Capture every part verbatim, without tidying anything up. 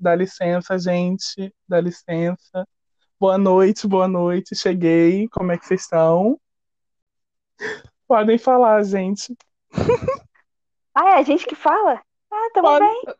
Dá licença, gente. Dá licença. Boa noite, boa noite. Cheguei. Como é que vocês estão? Podem falar, gente. Ah, é a gente que fala? Ah, tamo Pode. bem.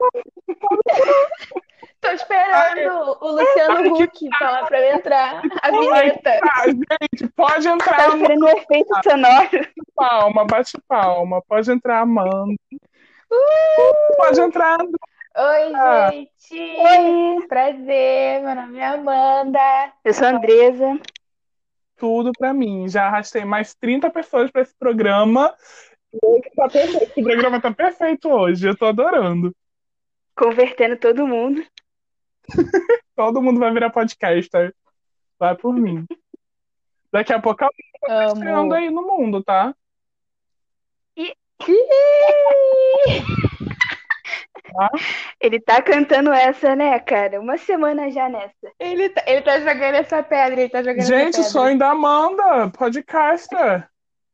Tô Ai, esperando o Luciano ai, que Huck falar pra eu entrar. A ai, vinheta. tá, gente. Pode Tá entrar, esperando o efeito sonoro. palma, bate palma. Pode entrar, Amanda. Pode Uh! entrar, Oi, Andra. gente. Oi, Prazer, meu nome é Amanda. eu sou a Andresa. Tudo pra mim. Já arrastei mais trinta pessoas pra esse programa. Hoje tá perfeito. Esse programa tá perfeito hoje. Eu tô adorando. Convertendo todo mundo. Todo mundo vai virar podcaster. Vai por mim. Daqui a pouco alguém vai estar estreando Amo. aí no mundo, tá? E Ih! Tá? ele tá cantando essa, né, cara? Uma semana já nessa. Ele tá, ele tá jogando essa pedra, ele tá jogando essa Gente, o pedra. sonho da Amanda, podcaster.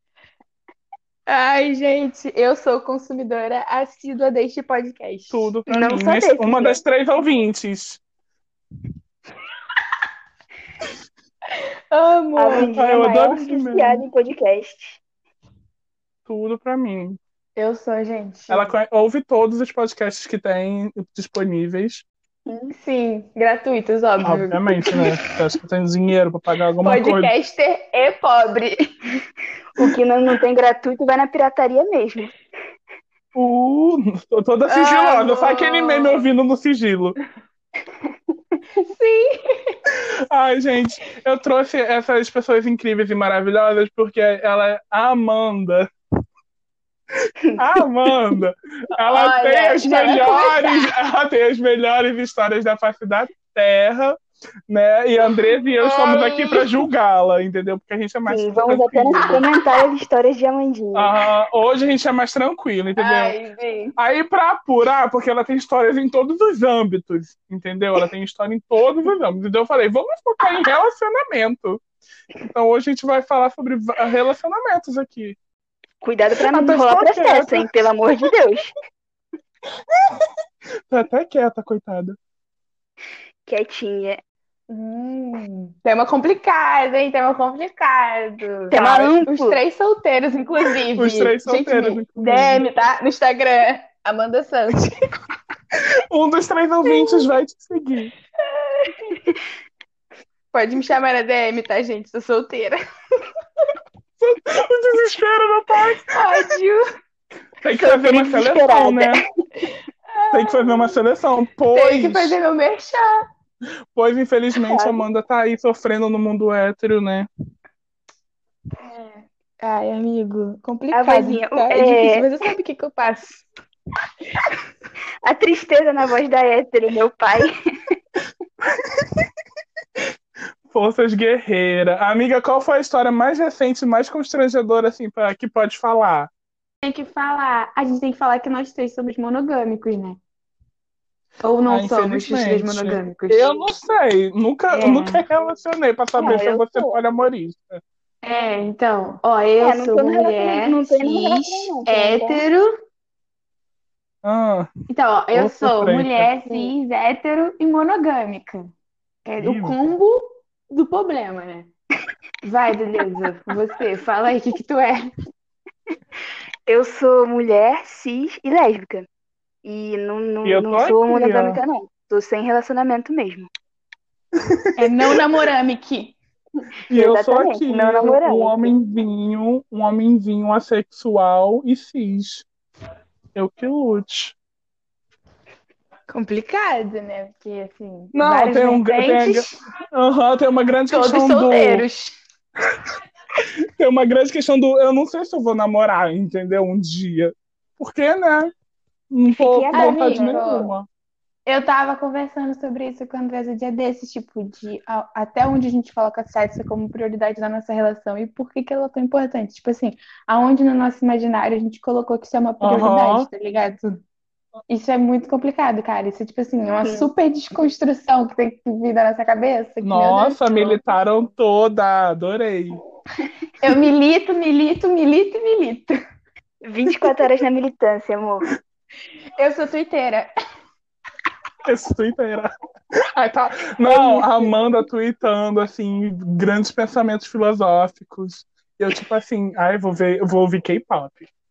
Ai, gente, eu sou consumidora assídua deste podcast. Tudo pra Não mim. só desse, Uma Fia. das três ouvintes. Amo. A Ah, Amandinha é a eu adoro maior esse viciada meme. em podcast. Tudo pra mim. Eu sou, gente. Ela conhe- ouve todos os podcasts que tem disponíveis. Hum. Sim, gratuitos, óbvio. Obviamente, né? Você acha que eu tenho dinheiro pra pagar alguma coisa? Podcaster e pobre. O que não, não tem gratuito vai na pirataria mesmo. Uh, tô toda sigilosa. Sabe aquele meme Amo. ouvindo no sigilo? Sim. Ai, gente, eu trouxe essas pessoas incríveis e maravilhosas porque ela é a Amanda. A Amanda, ela tem Olha, as já vai melhores, começar. ela tem as melhores histórias da face da Terra, né? E a Andressa e eu estamos aqui para Ai. julgá-la, entendeu? Porque a gente é mais Sim, vamos apenas tranquilo. comentar as histórias de Amandinha. Ah, hoje a gente é mais tranquilo, entendeu? Ai, gente. Aí, para apurar, porque ela tem histórias em todos os âmbitos, entendeu? Ela tem história em todos os âmbitos. Então eu falei, vamos focar em relacionamento. Então hoje a gente vai falar sobre va- relacionamentos aqui. Cuidado pra A não rolar pessoa processo, quieta, hein? Pelo amor de Deus. tá até quieta, coitada. Quietinha. Hum, tema complicado, hein? Tema complicado. Tema Tá, Os amplo. três solteiros, os inclusive. três Gente, solteiros, me inclusive. D M, tá? No Instagram, Amanda Santos. Um dos três ouvintes vai te seguir. Pode me chamar na D M, tá, gente? Sou solteira. O desespero não pode. Ódio. Tem que fazer Solteira e uma seleção, desesperada. né? Tem que fazer uma seleção. Tem que fazer Pois, meu merchan. pois infelizmente, a Sabe? Amanda tá aí sofrendo no mundo hétero, né? É. Ai, amigo, A complicado, vozinha. o- tá? É difícil, É, mas você sabe o que que eu passo. a tristeza na voz da hétero, meu pai. Forças guerreira. Amiga, qual foi a história mais recente, mais constrangedora, assim, pra, que pode falar? Tem que falar. A gente tem que falar que nós três somos monogâmicos, né? Ou não Ah, somos os três infelizmente. monogâmicos? Eu não sei. Nunca, nunca É. relacionei pra saber Não, se eu eu vou ser sou. poliamorista. É, então, ó, eu É, não sou tô no relacionamento, mulher, não tô indo no cis, relacionamento, né? Então, hétero. Ah, Então, ó, eu ô sou sofrência. mulher, hum, cis, hétero e monogâmica. É o Ih, combo do problema, né? Vai, beleza. Você, fala aí o que que tu é. eu sou mulher, cis e lésbica. E não, e não, eu tô não sou aqui, ó. monogâmica, não. Tô sem relacionamento mesmo. É não namoramic. E eu sou Exatamente, aqui, não um, um namorando. homenzinho, um homenzinho assexual e cis. Eu que lute. Complicado, né? Porque, assim, Não, várias tem um, tem, a- vertentes, aham, tem uma grande todos questão do, solteiros. tem uma grande questão do, eu não sei se eu vou namorar, entendeu? Um dia. Porque, né? Não tô Fiquem com abertos, vontade né? Amigo, nenhuma. eu tava conversando sobre isso com a Andressa dia desses, tipo, de a- até onde a gente coloca sexo como prioridade na nossa relação e por que que ela é tão importante. Tipo assim, aonde no nosso imaginário a gente colocou que isso é uma Aham. prioridade, tá ligado? Isso é muito complicado, cara. Isso é, tipo assim, é uma Sim. super desconstrução que tem que vir da nossa cabeça, que, meu Deus do Nossa, céu. militaram toda. Adorei. Eu milito, milito, milito e milito. vinte e quatro horas na militância, amor. Eu sou twitteira. Esse Twitter era. Ai, tá. Não, a Amanda tweetando, assim, grandes pensamentos filosóficos. Eu, tipo assim, ai, vou ver, eu vou ouvir K-pop.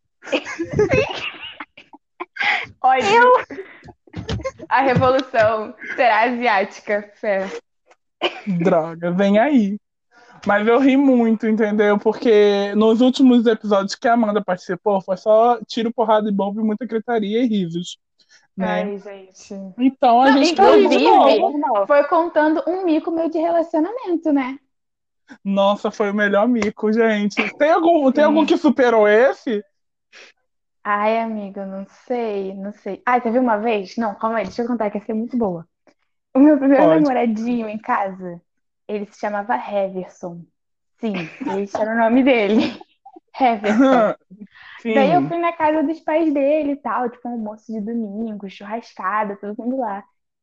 Ódio. A revolução será asiática, fé. Droga, vem aí. Mas eu ri muito, entendeu? Porque nos últimos episódios que a Amanda participou, foi só tiro, porrada e bomba e muita gritaria e risos, né? Ai, gente. Então a Não, gente tá aí de inclusive, novo. foi contando um mico meu de relacionamento, né? Nossa, foi o melhor mico, gente. Tem algum, tem algum Sim. que superou esse? Ai, amiga, não sei, não sei. Ai, teve uma vez? Não, calma aí, deixa eu contar que essa é muito boa. O meu primeiro Pode. namoradinho em casa, ele se chamava Heverson. Sim, esse era o nome dele. Heverson. Daí eu Sim. fui na casa dos pais dele e tal, tipo, um almoço de domingo, churrascada, todo mundo lá.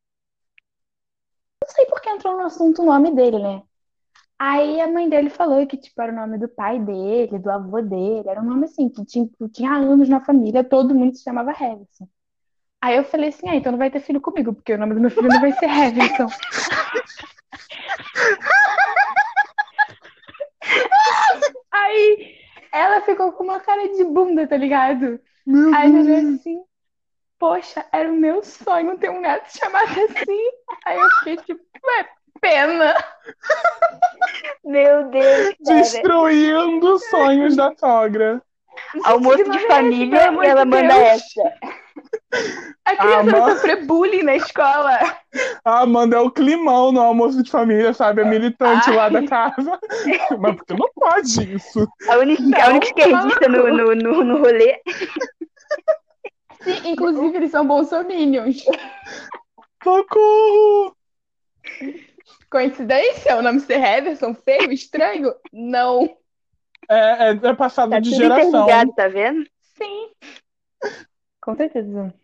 Não sei por que entrou no assunto o nome dele, né? Aí a mãe dele falou que, tipo, era o nome do pai dele, do avô dele, era um nome assim, que tinha, tinha anos na família, todo mundo se chamava Heverson. Aí eu falei assim, ah, então não vai ter filho comigo, porque o nome do meu filho não vai ser Heverson. Aí ela ficou com uma cara de bunda, tá ligado? Meu Aí ele Deus. olhou assim, poxa, era o meu sonho ter um neto chamado assim. Aí eu fiquei tipo, ué, pena. Meu Deus, cara. Destruindo os sonhos da sogra. Almoço que de nome é esse, família pelo amor e ela de manda Deus? essa. A criança Ah, vai mano. sofrer bullying na escola. A Amanda é o climão no almoço de família, sabe? A militante lá da Ai, casa. Mas porque não pode isso. A única, a não, única esquerdista no, no, no, no rolê. sim, inclusive eles são bolsominions. Socorro! Coincidência? O nome ser Heverson feio, estranho? Não. É, é, é passado Tá de tudo geração. interligado, tá vendo? Sim, com certeza.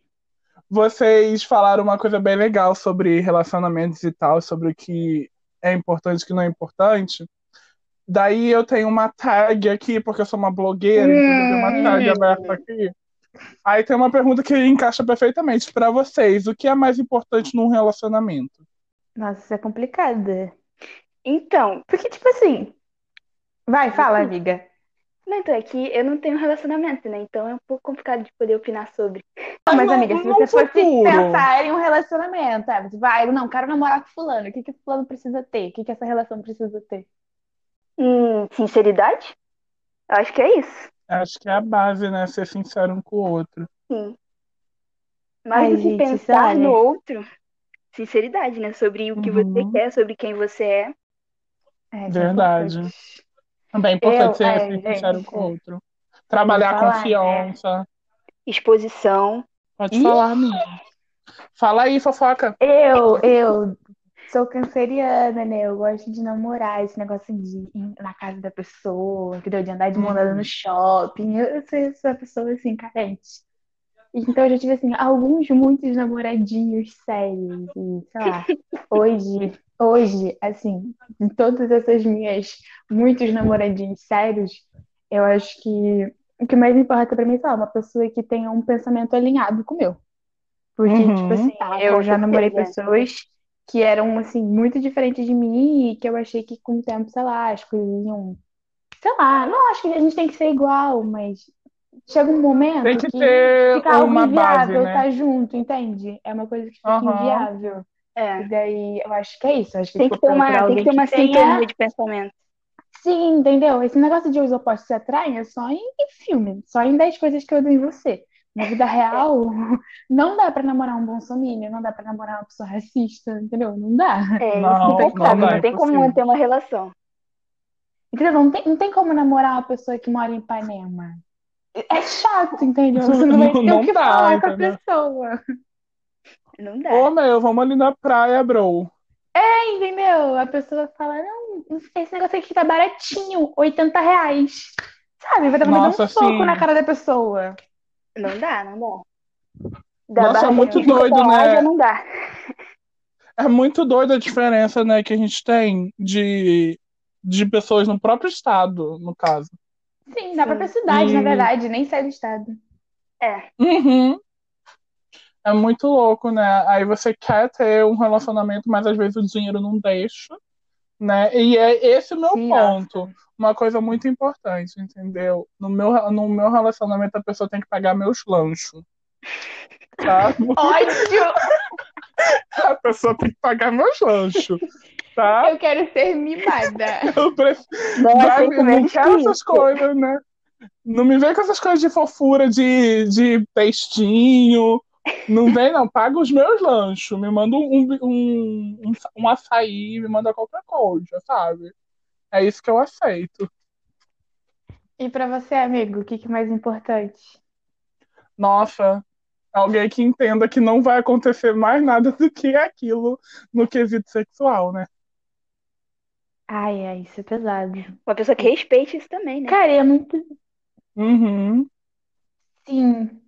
Vocês falaram uma coisa bem legal sobre relacionamentos e tal, sobre o que é importante e o que não é importante. Daí eu tenho uma tag aqui, porque eu sou uma blogueira, entendeu? Tem uma tag Hum, aberta aqui. Aí tem uma pergunta que encaixa perfeitamente para vocês. O que é mais importante num relacionamento? Nossa, isso é complicado. então, Porque, tipo assim. Vai, fala, amiga. não, então é que eu não tenho relacionamento, né? Então é um pouco complicado de poder opinar sobre. Não, mas, no, amiga, se no você fosse futuro. pensar em um relacionamento, é, você vai, não, quero namorar com fulano. O que que fulano precisa ter? O que que essa relação precisa ter? Hum, sinceridade? Eu acho que é isso. Acho que é a base, né? Ser sincero um com o outro. Sim. Mais Ai, do que gente, isso, pensar no olha. outro, sinceridade, né? Sobre o que você Uhum, quer, sobre quem você é. É, isso é verdade. importante. Também é importante Eu, ser, ai, ser sincero um gente, com o outro. vou Trabalhar a falar, né? confiança. Exposição. Pode Ih, falar, amigo. Fala aí, fofoca. eu, eu sou canceriana, né? Eu gosto de namorar, esse negócio de ir na casa da pessoa, entendeu? De andar de mão dada no Uhum. shopping. Eu, eu sou essa pessoa, assim, carente. Então eu já tive, assim, alguns, muitos namoradinhos sérios. E, sei lá, hoje, hoje, assim, em todas essas minhas, muitos namoradinhos sérios, eu acho que o que mais importa pra mim é, sei lá, uma pessoa que tenha um pensamento alinhado com o meu. Porque, tipo Uhum. assim, Ah, eu com já namorei certeza. pessoas que eram, assim, muito diferentes de mim e que eu achei que com o tempo, sei lá, as coisas iam. Sei lá, não acho que a gente tem que ser igual, mas chega um Tem momento que que ter fica algo uma base, inviável né? estar junto, entende? É uma coisa que fica Aham. inviável. E É. daí eu acho que é isso. Eu acho que, Tem tipo, que eu ter procurar uma, tem que alguém ter que uma sintonia tenha. de pensamento. Sim, entendeu? Esse negócio de os opostos se atraem é só em, em filme, só em dez coisas que eu dou em você. Na vida É, real, não dá pra namorar um bolsominion, não dá pra namorar uma pessoa racista, entendeu? Não dá. é Não Não, tem não insuportável, dá, não é como. tem como impossível. manter uma relação. Entendeu? Não tem, não tem como namorar uma pessoa que mora em Ipanema. É chato, entendeu? Você não vai Não, ter o não que dá, falar com a entendeu? pessoa. Não dá. Ô, meu, vamos ali na praia, bro. Entendeu? A pessoa fala, não, esse negócio aqui tá baratinho, oitenta reais. Sabe? Vai dar vontade de dar um Nossa, soco na assim. cara da pessoa. Não dá, não dá. Da Nossa, é Barra da muito Ai, Tijuca doido, pra lá já né? não dá. É muito doido a diferença, né, que a gente tem de, de pessoas no próprio estado, no caso. sim, da própria Sim. cidade, na E. verdade, nem sai do estado. É. Uhum. É muito louco, né? Aí você quer ter um relacionamento, mas às vezes o dinheiro não deixa, né? E é esse o meu Sim, ponto. nossa. Uma coisa muito importante, entendeu? No meu, no meu relacionamento, a pessoa tem que pagar meus lanchos, tá? Ódio! A pessoa tem que pagar meus lanchos, tá? Eu quero ser mimada. Eu prefiro... Não Vai, aceito não menos que quero essas isso. coisas, né? Não me vem com essas coisas de fofura, de, de textinho. Não vem, não. Paga os meus lanchos. Me manda um, um, um, um açaí, me manda qualquer coisa, sabe? É isso que eu aceito. E pra você, amigo, o que que é mais importante? Nossa, alguém que entenda que não vai acontecer mais nada do que aquilo no quesito sexual, né? Ai, ai, isso é pesado. Uma pessoa que respeite isso também, né? Cara, é muito. Uhum, Sim.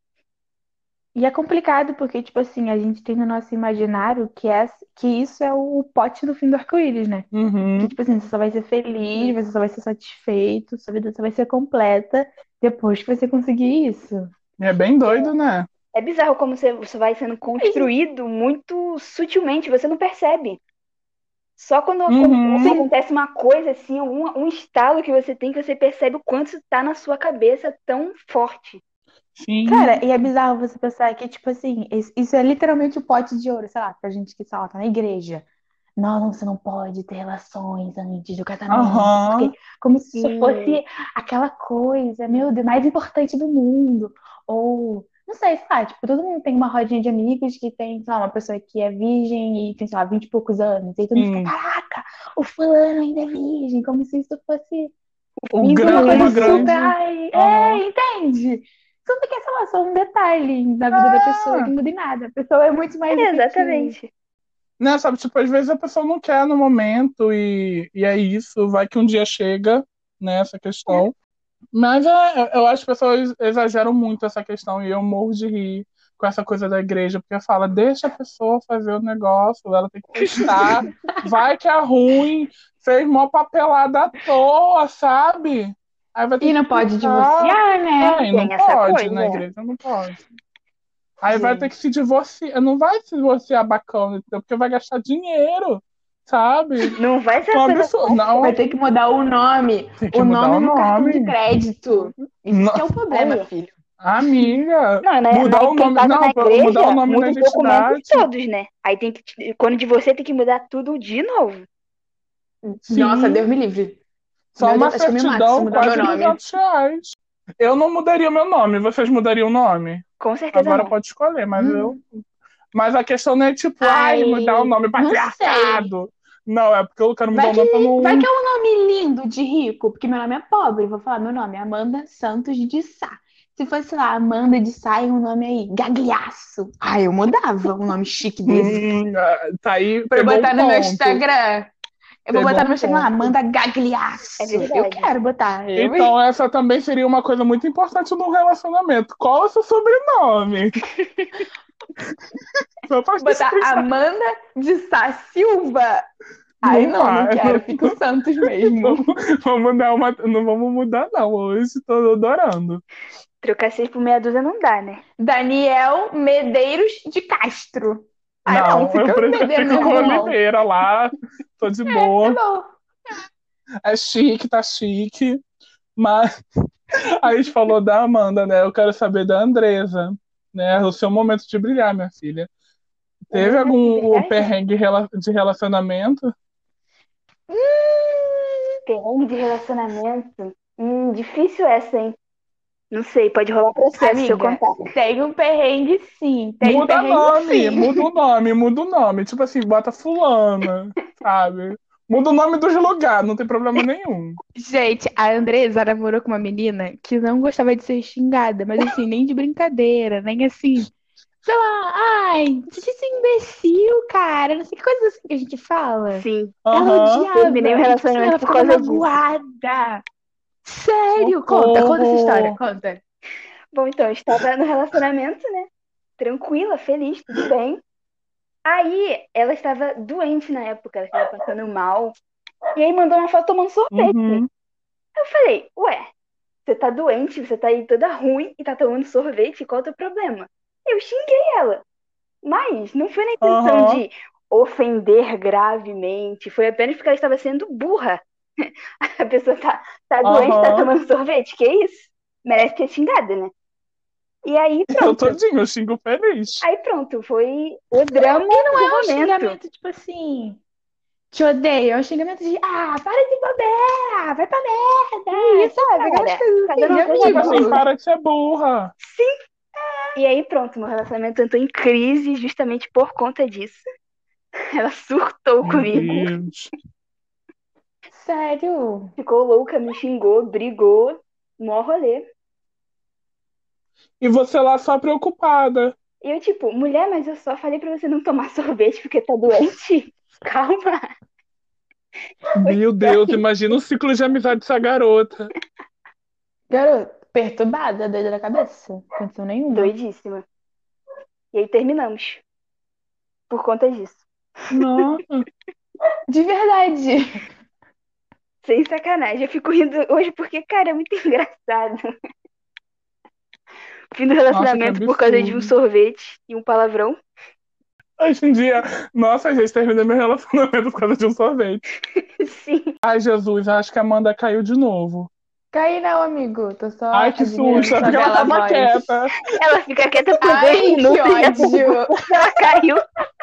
E é complicado porque, tipo assim, a gente tem no nosso imaginário que, é, que isso é o pote no fim do arco-íris, né? Que, uhum. tipo assim, você só vai ser feliz, você só vai ser satisfeito, sua vida só vai ser completa depois que você conseguir isso. É bem doido, né? É bizarro como você, você vai sendo construído muito sutilmente, você não percebe. Só quando acon- Uhum, acontece uma coisa assim, um, um estalo que você tem, que você percebe o quanto isso tá na sua cabeça tão forte. sim. Cara, e é bizarro você pensar que, tipo assim, es- isso é literalmente o pote de ouro, sei lá, pra gente que, sei lá, tá na igreja. Não, você não pode ter relações antes do casamento, porque Aham. como se isso Sim, fosse aquela coisa, meu Deus, mais importante do mundo. Ou, não sei, sei lá, tipo, todo mundo tem uma rodinha de amigos que tem, sei lá, uma pessoa que é virgem e tem, sei lá, vinte e poucos anos. E aí todo mundo fica, Sim. caraca, o fulano ainda é virgem, como se isso fosse O fim do uma gran... coisa Uma mundo. grande. super. Ai, Aham. é, entende? Só que, sei lá, só um detalhe da vida da pessoa que É, não muda em nada. A pessoa é muito mais do É, que aquilo. exatamente. né, sabe, tipo, às vezes a pessoa não quer no momento e, e é isso, vai que um dia chega, né, essa É. questão. Mas é, eu acho que as pessoas exageram muito essa questão e eu morro de rir com essa coisa da igreja, porque fala, deixa a pessoa fazer o negócio, ela tem que testar, vai que é ruim, fez mó papelada à toa, sabe? Aí vai ter E que não pode ficar. divorciar, né? É, e não Tem essa pode, coisa, na é. igreja não pode. Aí vai ter Gente. que se divorciar. Não vai se divorciar bacana, entendeu? Porque vai gastar dinheiro, sabe? Não vai ser Um uma coisa absurdo. fácil. Não, Vai ter que mudar o nome. tem que O mudar nome o no cartão de nome. crédito. Isso Não, que é o problema, Aí. filho. amiga, Não, na, mudar na- o quem nome. casa na Não, mudar o igreja nome na muda os documentos identidade. todos, né? Aí tem que. Quando de você tem que mudar tudo de novo. Nossa, Sim, Deus me livre. só Meu uma Deus, acho que eu me mato se certidão, mudar meu quase nome. duzentos reais. Eu não mudaria o meu nome, vocês mudariam o nome? Com certeza Agora não. pode escolher, mas eu. Hum. Mas a questão não é tipo, ai, mudar o Ai, nome não sei. patriarcado. Não, é porque eu quero mudar Vai o que, nome pra vai que não. é um nome lindo de rico, porque meu nome é pobre. Vou falar, meu nome é Amanda Santos de Sá. Se fosse lá, Amanda de Sá e um nome aí, Gagliasso. Ah, eu mudava um nome chique desse. Hum, ah, tá aí, Pra eu pegou um botar no meu ponto. Instagram. Eu vou Pegou botar no um meu Instagram lá, ponto. Amanda É Gagliasso. Eu verdade. quero botar. Eu, Então, hein? essa também seria uma coisa muito importante num relacionamento. Qual é o seu sobrenome? Só pra gente Botar pensar. Amanda de Sá Silva. Ai, Não não, não vai. quero. Fico Santos mesmo. Vamos, vamos dar uma. Não vamos mudar, não. Hoje tô adorando. Trocar seis por meia dúzia não dá, né? Daniel Medeiros de Castro. Ai, não, Não, eu fica prefiro Medeiros ficar mesmo, com a não. Oliveira lá. Tô de É boa. bom. É chique, tá chique. Mas a gente falou da Amanda, né? Eu quero saber da Andresa, né? O seu momento de brilhar, minha filha. O Teve momento de algum o brilhar, gente. perrengue rela- de relacionamento? Hum, Perrengue de relacionamento. Hum, difícil essa, hein? Não sei, pode rolar processo se eu amiga, contar. tem um perrengue sim. Tem Muda perrengue nome, sim. muda o nome, muda o nome. Tipo assim, bota fulana, sabe? Muda o nome dos lugares, não tem problema nenhum. Gente, a Andresa namorou com uma menina que não gostava de ser xingada, mas assim, nem de brincadeira, nem assim. Sei lá, ai, deixa esse imbecil, cara. Não sei que coisa assim que a gente fala. Sim, Ela Aham, terminei o odiava. E tipo assim, relacionamento ela por ficava causa disso. magoada. Sério? Conta, conta essa história, socorro. conta. Bom, então, eu estava no relacionamento, né? Tranquila, feliz, tudo bem. Aí, ela estava doente na época, ela estava passando mal. E aí mandou uma foto tomando sorvete. Uhum. Eu falei, ué, você tá doente, você tá aí toda ruim e tá tomando sorvete, qual é o teu problema? Eu xinguei ela. Mas não foi na intenção Aham. de ofender gravemente. Foi apenas porque ela estava sendo burra. A pessoa tá, tá doente, tá Aham. tomando sorvete. Que isso? Merece ser xingada, né? E aí, Eu pronto. todinho, eu xingo feliz. Aí, pronto. Foi o drama E não do é um momento. xingamento, tipo assim, te odeio. É um xingamento de, ah, para de bobeira, vai pra merda. Que isso, Sabe? Aquelas cara? coisas Cada assim, um de tem sua Tipo assim, amigo. cabeça. para de ser burra. E aí, pronto. Meu relacionamento entrou em crise justamente por conta disso. Ela surtou Meu comigo. Deus. Sério? Ficou louca, me xingou, brigou. Mó rolê. E você lá só preocupada. E eu, tipo, mulher, mas eu só falei pra você não tomar sorvete porque tá doente. Calma. Meu Deus, imagina o ciclo de amizade dessa garota. Garoto, perturbada, doida da cabeça. Condição nenhuma. Doidíssima. E aí terminamos. Por conta disso. Nossa. De verdade. Sem sacanagem. Eu fico rindo hoje porque, cara, é muito engraçado. Fim do Nossa, que relacionamento por causa de um absurdo. sorvete e um palavrão. Hoje em dia, nossa, gente, terminei meu relacionamento por causa de um sorvete. Sim. Ai, Jesus, acho que a Amanda caiu de novo. Caí não, amigo. Tô só Ai, que admirando susto, é sua porque ela bela tava voz. quieta. Ela fica quieta por Ai, dois que minutos e já ódio. ela caiu.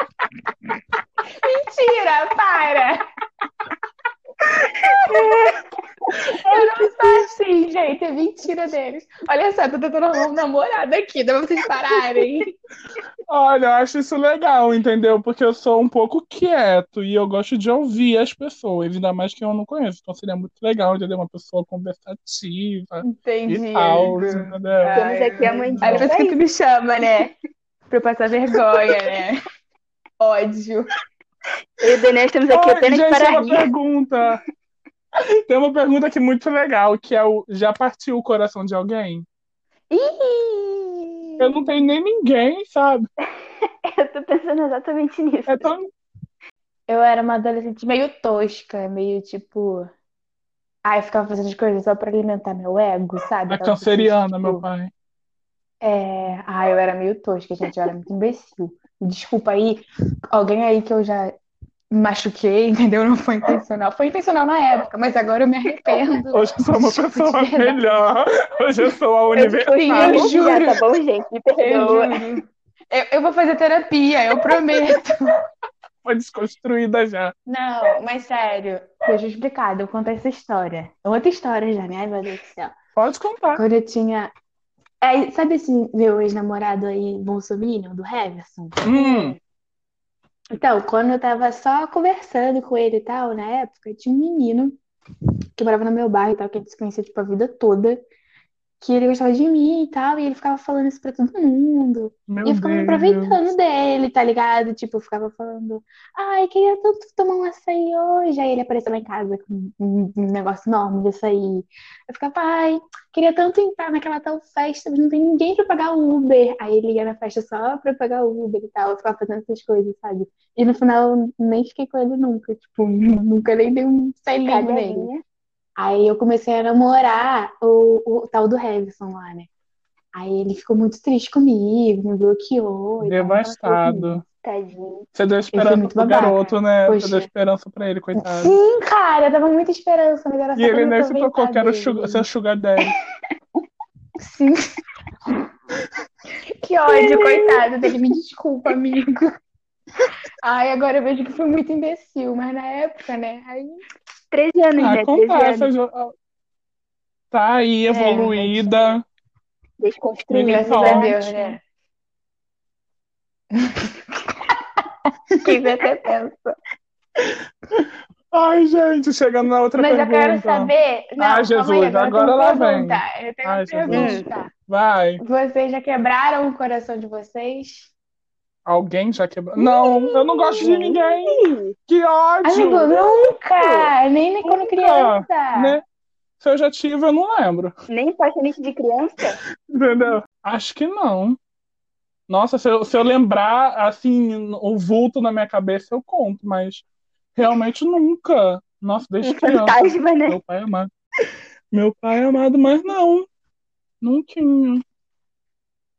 Mentira, para. Eu não sou assim, gente. É mentira deles. Olha só, tô tentando arrumar um namorado aqui. Dá pra vocês pararem. Olha, eu acho isso legal, entendeu? Porque eu sou um pouco quieto e eu gosto de ouvir as pessoas, ainda mais que eu não conheço. Então seria muito legal, entendeu? Uma pessoa conversativa e Entendi, tal, amigo. entendeu? Temos aqui a Ai, Mandinha aí por isso pra que tu isso. me chama, né? Pra eu passar vergonha, né? Ódio. Eu e o Daniel estamos aqui Ai, apenas gente, tem para uma rir. pergunta. Tem uma pergunta aqui muito legal, que é o já partiu o coração de alguém? Eu não Ih! tenho nem ninguém, sabe? Eu tô pensando exatamente nisso. É tão Eu era uma adolescente meio tosca, meio tipo. Ai, eu ficava fazendo as coisas só pra alimentar meu ego, sabe? a Aquelas pessoas que, canceriana, meu tipo. pai. É... Ai, eu era meio tosca, gente. Eu era muito imbecil. Desculpa aí, alguém aí que eu já machuquei, entendeu? Não foi intencional. Foi intencional na época, mas agora eu me arrependo. Hoje eu sou uma Desculpa de pessoa verdade. melhor. Hoje eu sou a Eu fui Sim, eu universal. desculpe já, juro. tá bom, gente? Me Eu perdoa. juro. Eu, eu vou fazer terapia, eu prometo. Foi desconstruída já. Não, mas sério, deixa eu explicar, eu contar essa história. É outra história já, né? Ai, meu Deus do céu. Pode contar. Quando eu tinha. É, sabe esse meu ex-namorado aí, bolsominion, do Heverson? Hum, Então, quando eu tava só conversando com ele e tal, na época, tinha um menino que morava no meu bairro e tal, que a gente se conhecia, tipo, a vida toda, que ele gostava de mim e tal, e ele ficava falando isso pra todo mundo. E meu eu ficava me aproveitando Deus. dele, tá ligado? Tipo, eu ficava falando, ai, queria tanto tomar um açaí hoje. Aí ele apareceu lá em casa com um, um negócio enorme de açaí. Eu ficava, ai, queria tanto entrar naquela tal festa, mas não tem ninguém pra pagar o Uber. Aí ele ia na festa só pra pagar o Uber e tal. Eu ficava fazendo essas coisas, sabe? E no final eu nem fiquei com ele nunca, tipo, nunca nem dei um selinho nele. Cadelinha. Aí eu comecei a namorar o, o tal do Harrison lá, né? Aí ele ficou muito triste comigo, me bloqueou e tal, não tava falando comigo. Devastado. Tadinho. Você deu Eu fui esperança muito pro babaca. garoto, né? Você deu Poxa. esperança pra ele, coitado. Sim, cara, eu dava muita esperança, mas era E só pra ele me nem se tocou aproveitar que era o dele. sugar, seu sugar daddy. Sim. Que ódio, coitado dele. Me desculpa, amigo. Ai, agora eu vejo que fui muito imbecil, mas na época, né? Aí, treze anos, Ah, né? treze acontece. anos. Jo- Tá aí, é, evoluída. Desconstruída. graças a Deus, Militante. né? Quem vê até pensa. Ai, gente, chegando na outra Mas eu pergunta. quero saber. Não, Ai, calma aí, Jesus, agora eu agora tenho lá uma vem. pergunta. Eu tenho uma Ai, Jesus. pergunta. Vai. Vocês já quebraram o coração de vocês? Alguém já quebrou? Não, eu não gosto de ninguém. Ih, Que ódio! Amigo, nunca! Nem, nem quando Nunca. criança. Né? Se eu já tive, eu não lembro. nem paixonite de criança? Entendeu? Acho que não. Nossa, se eu, se eu lembrar, assim, o vulto na minha cabeça, eu conto, mas realmente nunca. Nossa, desde Um criança. fantasma, né? Meu pai é amado. Meu pai é amado, mas não. Não tinha.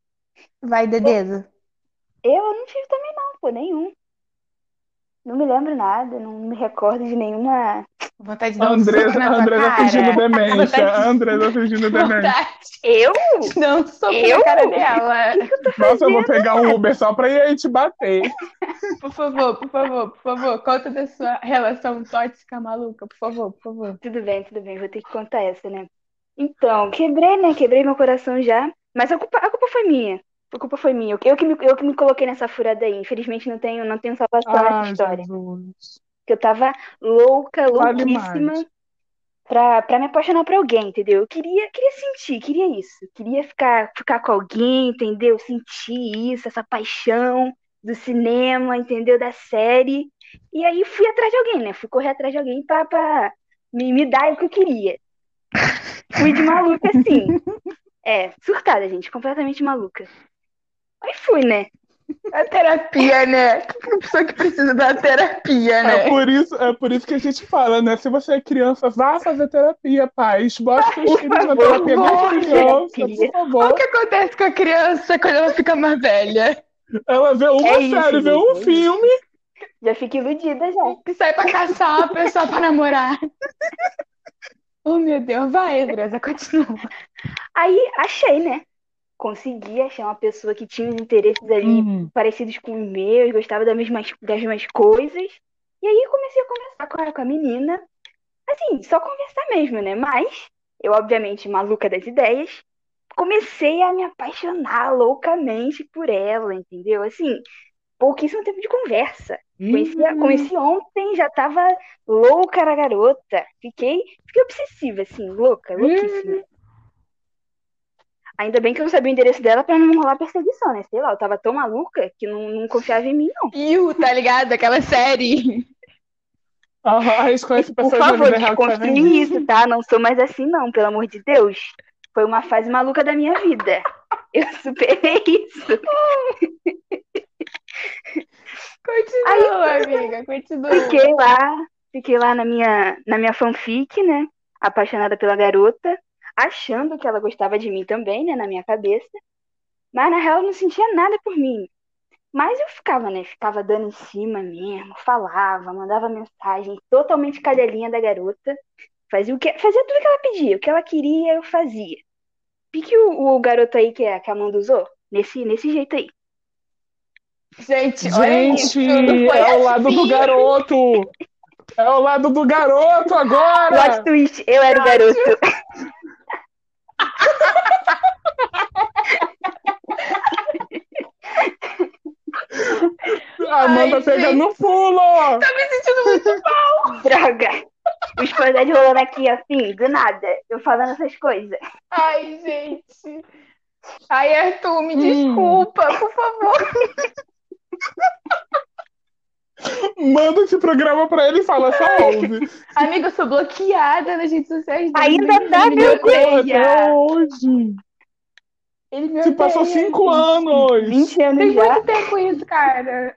Vai, Dedeza. Eu não tive também não, pô, nenhum. Não me lembro nada, não me recordo de nenhuma. Vontade de A dar um soco Andressa, na a tua Andressa fingindo cara. demência. Vontade A Andressa fingindo de... demência. Vontade Eu? de dar um soco Eu? na cara O dela. que, que eu tô Nossa, eu vou fazendo? pegar um Uber só pra ir aí te bater. Por favor, por favor, por favor. Conta da sua relação tóxica maluca, por favor, por favor. Tudo bem, tudo bem, vou ter que contar essa, né? Então, quebrei, né? Quebrei meu coração já. Mas a culpa, a culpa foi minha. A culpa foi minha. Eu que me, eu que me coloquei nessa furada aí. Infelizmente não tenho, não tenho salvação nessa Ah, história. Jesus. Porque eu tava louca, Fale louquíssima mais. pra, pra me apaixonar por alguém, entendeu? Eu queria, queria sentir, queria isso. Queria ficar, ficar com alguém, entendeu? Sentir isso, essa paixão do cinema, entendeu? Da série. E aí fui atrás de alguém, né? Fui correr atrás de alguém pra, pra me, me dar o que eu queria. Fui de maluca, assim. É, surtada, gente, completamente maluca. Aí fui, né? A terapia, né? Uma pessoa que precisa da terapia, É né? por isso, é por isso que a gente fala, né? Se você é criança, vá fazer terapia, pais. Bote seus Por filhos na favor, terapia desde criança, terapia. por Olha o favor. que acontece com a criança quando ela fica mais velha. Ela vê uma É isso, série, vê gente, um é isso. filme. Já fico iludida já. Que sai pra caçar uma pessoa pra namorar. Oh, meu Deus. Vai, Andresa, continua. Aí achei, né? Consegui achar uma pessoa que tinha os interesses ali Hum. parecidos com os meus, gostava das mesmas, das mesmas coisas. E aí comecei a conversar com a, com a menina. Assim, só conversar mesmo, né? Mas eu, obviamente, maluca das ideias, comecei a me apaixonar loucamente por ela, entendeu? Assim, pouquíssimo tempo de conversa. Conheci, Hum. conheci ontem, já tava louca na garota. Fiquei, fiquei obsessiva, assim, louca, louquíssima. Ainda bem que eu não sabia o endereço dela pra não rolar perseguição, né? Sei lá, eu tava tão maluca que não, não confiava em mim, não. You, tá ligado? Aquela série. Aham, arriscou esse Por pessoa na favor, vida real que tá vendo desconfie isso. isso, tá? Não sou mais assim, não, pelo amor de Deus. Foi uma fase maluca da minha vida. Eu superei isso. Continua, Aí, amiga, continua. Fiquei lá, fiquei lá na minha, na minha fanfic, né? Apaixonada pela garota, achando que ela gostava de mim também, né? Na minha cabeça. Mas na real eu não sentia nada por mim. Mas eu ficava, né? Ficava dando em cima mesmo, falava, mandava mensagem, totalmente cadelinha da garota. Fazia, o que, fazia tudo que ela pedia, o que ela queria, eu fazia. Pique o, o garoto aí que a, que a Amanda usou, nesse, nesse jeito aí. Gente, olha isso. Gente, Não foi é o lado assim. do garoto. É o lado do garoto agora. Plot twist, eu era o garoto. A Amanda Ai, pega gente. no pulo. Tá me sentindo muito mal. Droga. Os spoilers rolando aqui, assim, do nada. Eu falando essas coisas. Ai, gente. Ai, Arthur, me Hum. desculpa, por favor. Manda esse programa pra ele e fala, só ouve. Amiga, eu sou bloqueada nas redes sociais dele. Ainda Ele tá, me meu odeia. Até hoje. Ele me Se odeia. passou cinco gente. anos. vinte anos Tem já. muito tempo isso, cara.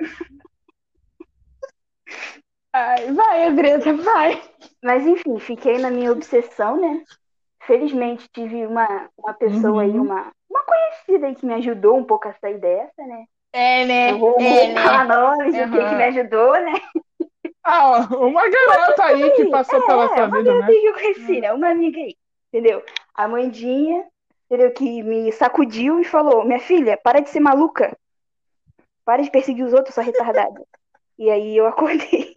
Ai, vai, Andressa, vai. Mas enfim, fiquei na minha obsessão, né? Felizmente tive uma, uma pessoa aí, Uhum. uma, uma conhecida aí que me ajudou um pouco a sair dessa, né? É, né? Eu vou, É, vou falar né? nomes de quem que me ajudou, né? Ah, uma garota aí que passou é, pela sua uma vida, garota né? aí que eu conheci, né? Uma amiga aí, entendeu? A Mandinha, entendeu? Que me sacudiu e falou, minha filha, para de ser maluca. Para de perseguir os outros, sua retardada. E aí eu acordei.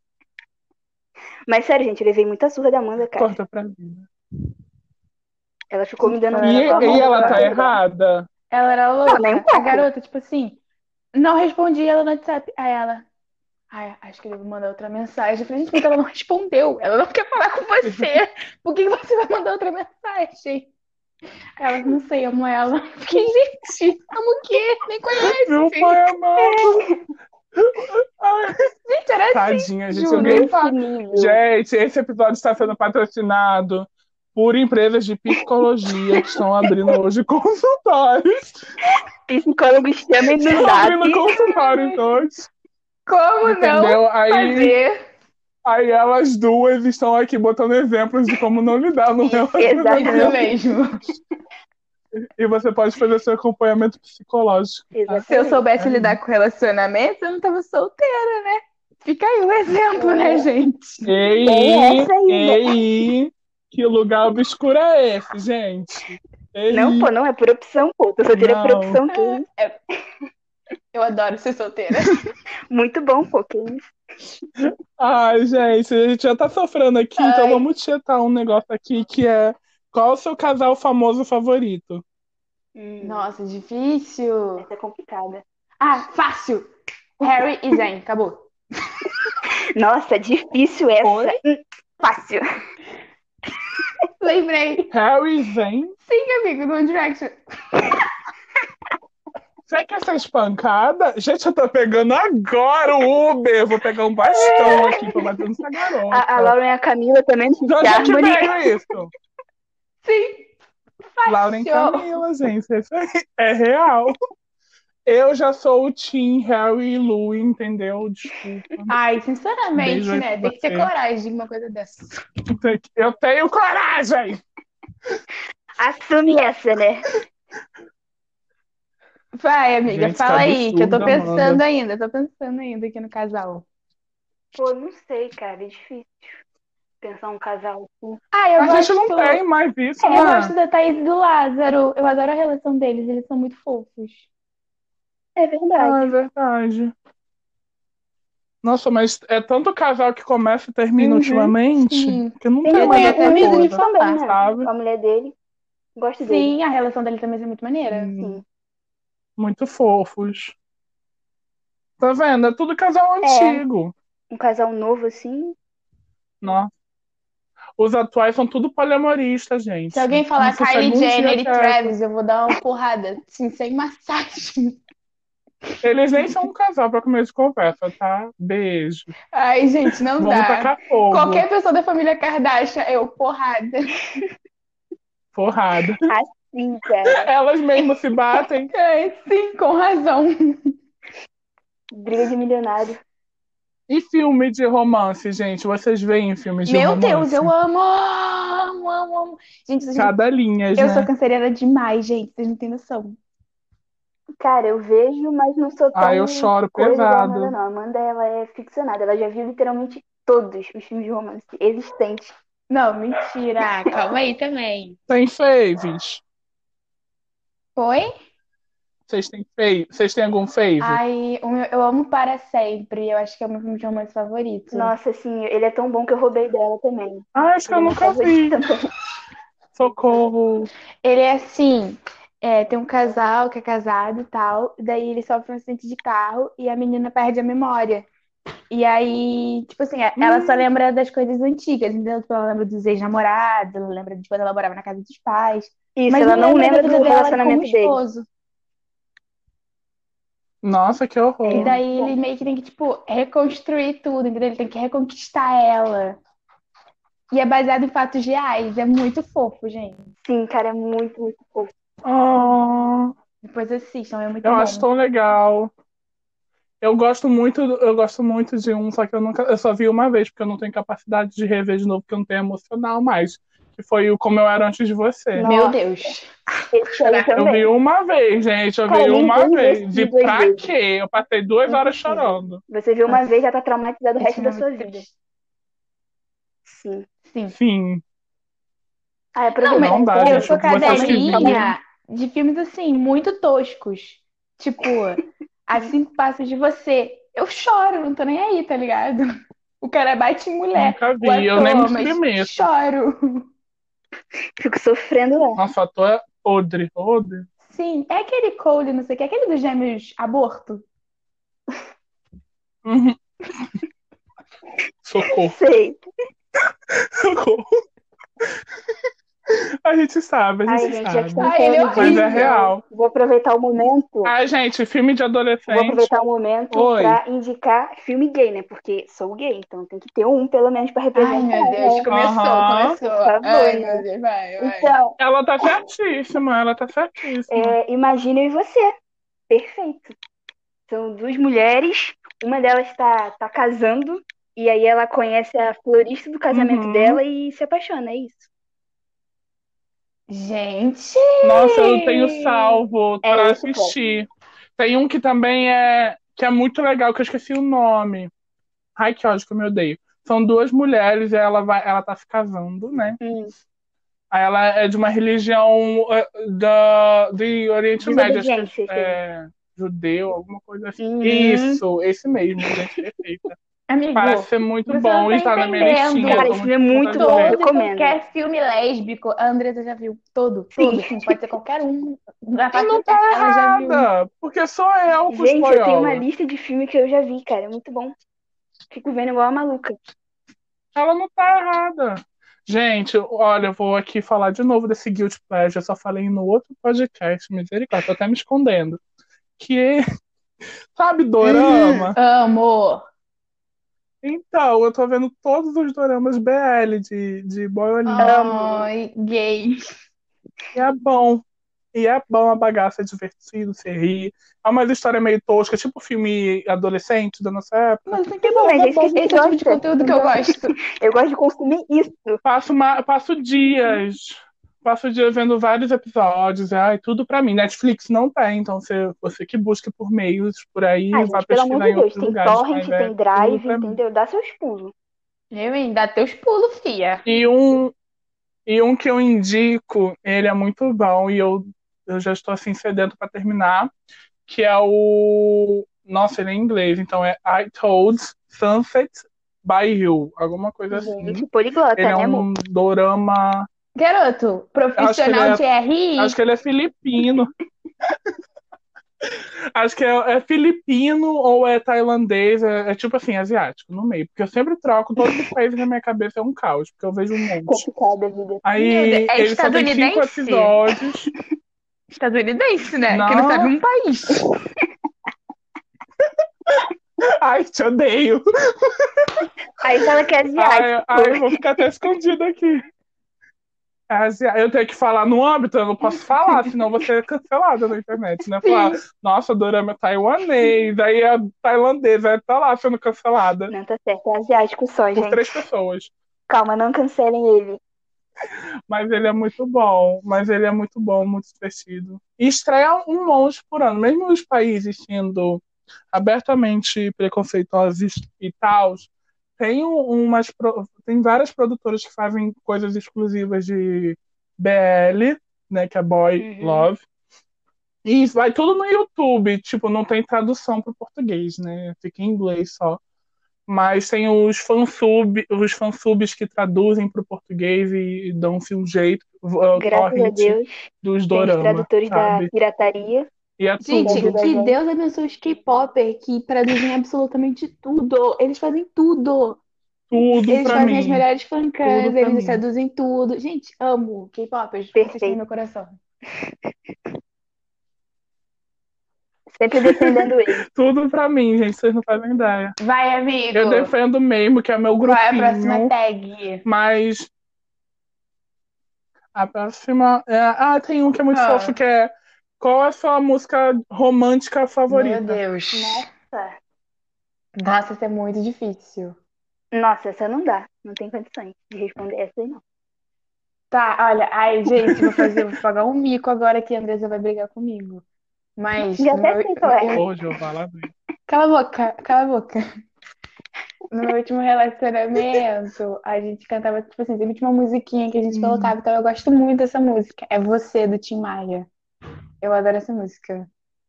Mas sério, gente, eu levei muita surra da Amanda, cara. Corta pra vida. Ela ficou me dando Ela E, era muita louca. e ela volta, tá né? errada? Ela era louca. nem um A pouco. garota, tipo assim, não respondia ela no WhatsApp. Aí ela, ai, acho que ele vai mandar outra mensagem. Eu falei, gente, porque ela não respondeu. Ela não quer falar com você. Por que você vai mandar outra mensagem? Ela, não sei, amo ela. Fiquei, gente, amo o quê? Nem conhece. Meu pai amado. Ai, Gente, era assim. tadinha, gente. juro. Alguém Nesse fala. nível. Gente, esse episódio está sendo patrocinado por empresas de psicologia que estão abrindo hoje consultórios. Psicólogos chamem no Estão abrindo zap. consultórios hoje. Como Entendeu? não Aí, fazer? aí elas duas estão aqui botando exemplos de como não lidar no Isso relacionamento. Exatamente. mesmo. E você pode fazer seu acompanhamento psicológico, tá? Se eu Exatamente. soubesse É lidar isso. com relacionamento, eu não tava solteira, né? Fica aí o exemplo, né, É, gente? tem Ei, essa ainda. ei, que lugar obscuro é esse, gente? Não, Ei, pô, não é por opção, pô. Tô solteira por não. opção, que isso. É, eu adoro ser solteira. Muito bom, pô, que isso. Ai, gente, a gente já tá sofrendo aqui, então Ai, vamos tietar um negócio aqui que é qual é o seu casal famoso favorito? Hum, nossa, difícil. essa é complicada. Ah, fácil. Harry e Zayn, acabou. Nossa, difícil essa. Oi? Hum, fácil. Lembrei. Harry Zayn? Sim, amigo, do One Direction. Você quer ser espancada? Gente, eu tô pegando agora o Uber. Vou pegar um bastão aqui pra bater nessa A, a garota. Lauren e a Camila também, De do onde é que Harmony. veio isso? Sim, Lauren fácil. Camila, gente. Isso aí é real. Eu já sou o Team Harry e Lou, entendeu? Desculpa. Ai, Beijo sinceramente, aí né? pra Tem que ter você. coragem de uma coisa dessa. Eu tenho coragem! Assume essa, né? Vai, amiga, Gente, que fala aí, que eu tô absurdo, pensando Amanda. ainda, tô pensando ainda aqui no casal. Pô, não sei, cara. É difícil pensar um casal assim. Ah, eu A gente não tem gosto. mais isso, Eu né? gosto da Thaís e do Lázaro. Eu adoro a relação deles, eles são muito fofos. É Ah, é verdade. verdade. Nossa, mas é tanto casal que começa e termina Uhum. ultimamente Sim. que não Tem tem Eu o, mais tenho o até essa medo Will de Smith coisa, também, falar. né? sabe? Com a mulher dele. Gosto dele. Sim, a relação deles também é muito maneira. Hum, Sim. muito fofos. Tá vendo? É tudo casal É, antigo. um casal novo assim. Nossa. Os atuais são tudo poliamoristas, Se gente. alguém Não falar sossega Kylie um dia Jenner e quieto. Travis, eu vou dar uma porrada, assim, sem massagem. Eles nem são um casal pra começo de conversa, tá? Beijo. Ai, gente, não Vamos dá. tacar fogo. Qualquer pessoa da família Kardashian, eu, porrada. Porrada. Assim, cara. Elas mesmo se batem. É, sim, com razão. Briga de milionário. E filme de romance, gente? Vocês veem filmes de Meu Deus, romance? eu amo, amo, amo, amo. Gente, vocês- Cada linhas, eu sou né? canceriana demais, gente, vocês não têm noção. Cara, eu vejo, mas não sou Ah, eu tão choro coisa igual a Amanda, pesado. não. A Amanda, ela é ficcionada. Ela já viu literalmente todos os filmes de romance existentes. Não, mentira. Calma aí também. Tem faves? Oi? Vocês têm fave? Vocês têm algum fave? Ai, o meu- eu amo Para Sempre. Eu acho que é o meu filme de romance favorito. Nossa, assim, ele é tão bom que eu roubei dela também. Ah, acho que Ele eu é meu nunca favorito vi. também. Socorro. Ele é assim, é, tem um casal que é casado e tal, e daí ele sofre um acidente de carro e a menina perde a memória. E aí, tipo assim, ela só Hum, lembra das coisas antigas, entendeu? Tipo, ela lembra dos ex-namorados, ela lembra de quando ela morava na casa dos pais, Isso, mas ela não não lembra da lembra vida do dela como relacionamento dele. esposo. nossa, que E É horror. muito daí ele bom. meio que tem que, tipo, reconstruir tudo, entendeu? Ele tem que reconquistar ela. E é baseado em fatos reais, é muito fofo, gente. Sim, cara, é muito, muito fofo. Ah, Depois assistam, é muito eu acho bom. tão legal. Eu gosto muito, eu gosto muito de um, só que eu nunca, eu só vi uma vez, porque eu não tenho capacidade de rever de novo, porque eu não tenho emocional mais. Que foi o Como Eu Era Antes de Você. Meu Nossa, Deus. esse aí Eu vi também. uma vez, gente, eu Cara, vi uma ninguém vê esse vez. filme De duas pra vezes. quê? Eu passei duas horas Impossível. chorando. Você viu uma Nossa, vez, já tá traumatizado o esse resto filme da é sua muito vida. triste. Sim. Sim. Sim, Ah, Não, mas aproveitar não dá, então, eu gente. sou Vocês calma que aí, calma aí. cadelinha de filmes assim, muito toscos. Tipo, A Cinco Passos de Você. Eu choro, não tô nem aí, tá ligado? O cara bate em mulher, nunca o vi, eu nem me ator, mas submeto. choro. Fico sofrendo lá. Nossa, o ator é podre, podre. Sim, é aquele Cole, não sei o que, aquele dos gêmeos aborto. Uhum. Socorro, Sei. socorro. A gente sabe, a Ai, gente gente, já que sabe. estamos Ai, ele é falando Mas é disso, horrível. real. vou aproveitar o momento. Ai, gente, filme de Vou adolescente. aproveitar o momento Oi. pra indicar filme gay, né? Porque sou gay, então tem que ter um, pelo menos, pra Ai, representar, meu Deus, né? começou, Aham. começou. Por favor, Ai, meu né? Deus, vai, vai. Então, Ela tá certíssima, ela tá certíssima. é, Imagine Eu e Você. Perfeito. São duas mulheres, uma delas tá, tá casando, e aí ela conhece a florista do casamento Uhum. dela e se apaixona, é isso. Gente! Nossa, eu tenho salvo É pra esse o próximo. assistir. Tem um que também é que é muito legal, que eu esqueci o nome. Ai, que ódio que eu me odeio. São duas mulheres e ela vai, ela tá se casando, né? Hum, Aí ela é de uma religião eh, da, do Oriente Médio, acho que Desobediência, esse aí. é, é judeu, alguma coisa assim. Uhum. Isso, esse mesmo, gente, perfeita. Parece Amigo, ser muito você não bom tá e tá na minha listinha, eu Cara, entendendo. tô esse muito filme é com muito vontade de bom, ver. Todo e recomendo. qualquer filme lésbico, a Andressa já viu. Todo, Sim. todo. Assim, pode ser qualquer um da E face não da tá Terra, ela já viu. errada, porque sou eu com Gente, eu tenho uma espanhola. lista de filme que eu já vi, cara. É muito bom. Fico vendo igual a maluca. Ela não tá errada. Gente, olha, eu vou aqui falar de novo desse Guilty Pleasure. Eu só falei no outro podcast, misericórdia, tô até me escondendo. Que é, sabe, Uhum, dorama? amo. Então, eu tô vendo todos os doramas B L de, de Boy Olímpico. Amo. Ai, gay. E é bom. E é bom, a bagaça é divertido, você ri. É uma história meio tosca, tipo filme adolescente da nossa época. Mas assim, que Tudo bom, bem, é gente, bom. que quem Esse é o tipo de gosta, conteúdo que eu entendeu? gosto. Eu gosto de consumir isso. Passo, uma, passo dias. Passo dias vendo vários episódios. Ai, tudo pra mim. Netflix não tem, então você, você que busca por meios por aí, Ah, vai gente, pelo amor pesquisar de em Deus, outros tem lugares, torrent, mas é tem tudo drive, pra mim. entendeu? Dá seus pulos. Eu, hein? Dá teus pulos, fia. E um, e um que eu indico, ele é muito bom e eu, eu já estou assim sedento pra terminar, que é o. Nossa, ele é em inglês, então é I Told Sunset by You, alguma coisa Gente, assim. poliglota, Ele é né, amor? um dorama. Garoto, Acho que ele profissional é, de acho que R I. ele é filipino. Acho que é, é filipino ou é tailandês, é, é tipo assim, asiático, no meio. Porque eu sempre troco todos os países na minha cabeça, é um caos, porque eu vejo um monte. Complicada a vida. Meu Deus, Aí é ele só tem cinco estadunidense? episódios. Estadunidense, né? Que não sabe Não. um país. Ai, te odeio. Aí fala que é asiático. Ai, ai, vou ficar até escondido aqui. É asi- Eu tenho que falar no âmbito, eu não posso falar, senão eu vou ser cancelada na internet, né? Falar, Sim. nossa, dorama é taiwanês, aí a tailandesa aí tá lá sendo cancelada Não tá certo, é asiático só, por gente. três pessoas. Calma, não cancelem ele. Mas ele é muito bom, mas ele é muito bom, muito divertido. E estreia um monte por ano, mesmo os países sendo abertamente preconceituosos e tal, tem um- umas pro- tem várias produtoras que fazem coisas exclusivas de B L, né, que é Boy Uhum. Love. E vai tudo no YouTube, tipo, não tem tradução para o português, né? Fica em inglês só. Mas tem os fansub, os fansubs que traduzem para o português e, e dão-se um jeito, uh, Graças a torrent Deus, dos tem os dorama, tradutores da sabe? pirataria E é que Gente, ajudam tudo. a que gente. Deus abençoe os K-Popper que traduzem absolutamente tudo. Eles fazem tudo. Tudo Eles para fazem as mim. melhores Tudo fancams, para eles mim. traduzem tudo. Gente, amo K-Poppers. Vocês têm Perfeito. meu coração. Sempre defendendo ele. Tudo para mim, gente, vocês não fazem ideia. Vai, Eu amigo. defendo mesmo, que é meu Qual é a próxima grupinho, tag? mas a próxima. É... Ah, tem um que é muito fofo, Ah, que é qual é a sua música romântica meu favorita? Deus. Nossa. Nossa, isso é muito difícil. Nossa, essa não dá. Não tem condições de responder essa aí, não. Tá, olha, ai, gente, vou fazer, vou pagar um mico agora que a Andresa vai brigar comigo. Mas Já no até meu, sei qual é. eu, Ô, Jeová, lá vem. cala a boca, cala a boca. No meu último relacionamento, a gente cantava, tipo assim, sempre tinha uma musiquinha que a gente Hum, colocava, então eu gosto muito dessa música. É Você, do Tim Maia. Eu adoro essa música.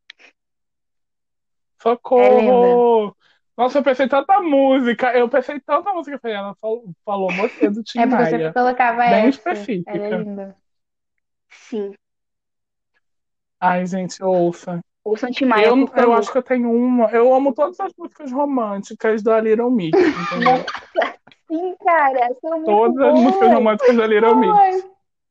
É linda. socorro! Nossa, eu pensei tanta música. Eu pensei tanta música. Eu falei, ela falou, falou você do Tim É porque eu sempre Maia. colocava Bem essa. Ela é específica. linda. Sim. Ai, gente, ouça. O Santimaia, Eu, por eu favor. acho que eu tenho uma. Eu amo todas as músicas românticas da Little Mix, entendeu? Nossa, sim, cara. São muito Todas as músicas boas. românticas da Little Mix. Ai,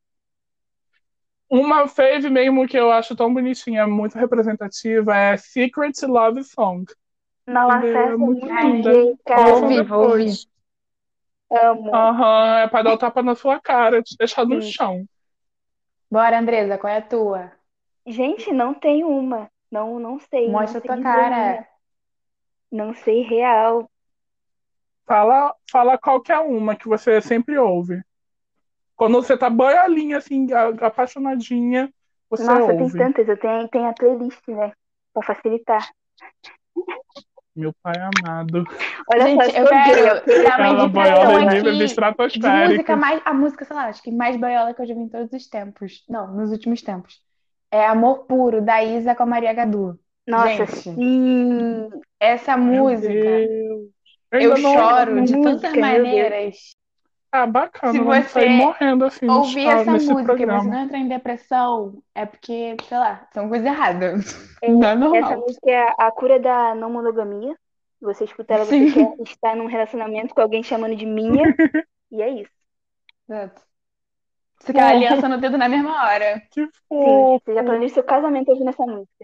Uma fave mesmo que eu acho tão bonitinha, muito representativa, é Secret Love Song. Nossa, Entendeu? É essa é muito muito ai, linda. gay, vou Ouçam cara. ouvir, vou ouvir. depois. Amo. Aham, é pra dar o tapa na sua cara, te deixar no Sim. chão. Bora, Andresa, qual é a tua? Gente, não tem uma. Não, não sei. Não Mostra a sei tua dizer uma. cara. Não sei real. Fala, fala qualquer uma que você sempre ouve. Quando você tá boiolinha, assim, a- apaixonadinha, você Nossa, tem ouve. tantas. Eu tenho, tenho a playlist, né? Pra facilitar. Meu pai amado. Olha Gente, só, eu sou gay, quero ok? dar uma Ela indicação boiola em níveis aqui de música estratosféricos. mais. A música, sei lá, acho que mais boiola que eu já vi em todos os tempos. Não, nos últimos tempos. É Amor Puro, da Isa com a Maria Gadu. Nossa, Gente, sim. essa Meu música, Deus. Eu eu ainda não. Essa choro de tantas música, meu Deus. maneiras. Ah, Se bacana, vamos sair você morrendo assim no ouvir chá- essa nesse música e você programa. não entrar em depressão, é porque, sei lá, tem uma coisa errada. É, Não é essa normal. música é a, a cura da não monogamia. Você escuta ela, você quer Sim. estar num relacionamento com alguém chamando de minha. E é isso. Exato. Você quer a aliança no dedo na mesma hora. Que Sim, você já fofo. planeja seu casamento ouvindo essa música.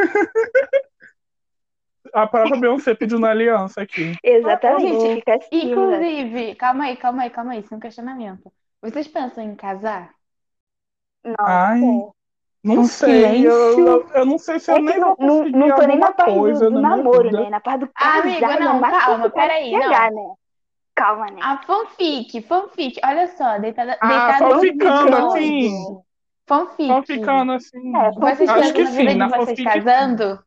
A própria Beyoncé pedindo aliança aqui. Exatamente, Gente, fica assim, né? inclusive, calma aí, calma aí, calma aí, isso é um questionamento. Vocês pensam em casar? Ai, Nossa. não Um sei. Eu, silêncio. eu, eu não sei se eu É que nem não, vou não, conseguir não tô nem alguma na parte do, coisa do na minha namoro, vida. né? Na parte do Ah, casar, amigo, é não, mais calma, complicado de peraí, não. chegar, né? Calma, né? A fanfic, fanfic, olha só, deitada, Ah, deitada só no ficando divã. assim. Só Fanfic. ficando assim. É, Vocês Acho pensam que na fanfic. vida sim, de na vocês fanfic, sim, casando?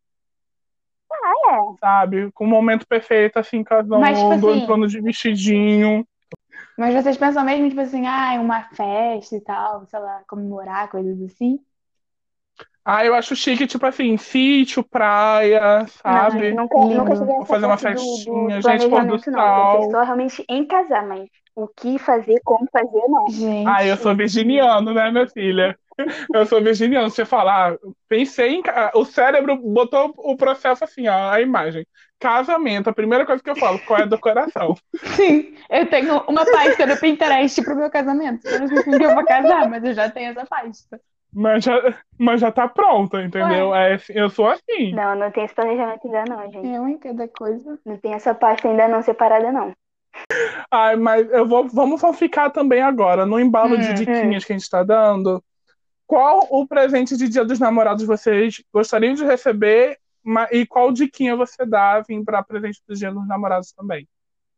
É. sabe? Com o momento perfeito, assim, Mas, tipo casando, assim, entrando de vestidinho. mas vocês pensam mesmo, tipo assim, ah, uma festa e tal, sei lá, comemorar, coisas assim? Ah, eu acho chique, tipo assim, sítio, praia, Não, gente, sabe? nunca, nunca Lindo. cheguei Vou nessa fazer uma parte do, do festinha, gente, pôr do planejamento, não. Eu pensei sol. só realmente em casar, mas o que fazer, como fazer, não. Ah, eu Gente, sou virginiano, né, minha filha? Eu sou virginiano. Você fala, ah, pensei em. ca- O cérebro botou o processo assim, ó, a imagem. Casamento, a primeira coisa que eu falo, qual é a decoração? sim, eu tenho uma pasta no Pinterest pro meu casamento. Eu não sei com quem eu vou casar, mas eu já tenho essa pasta. Mas já, mas já tá pronta, Ué, entendeu? É, assim, eu sou assim. Não, não tem esse planejamento ainda não, gente. é uma cada coisa. Não tem essa parte ainda não separada, não. Ai, mas eu vou, vamos ficar também agora, no embalo de Hum, diquinhas que a gente tá dando. Qual o presente de Dia dos Namorados vocês gostariam de receber ma- e qual diquinha você dá assim, para presente do Dia dos Namorados também?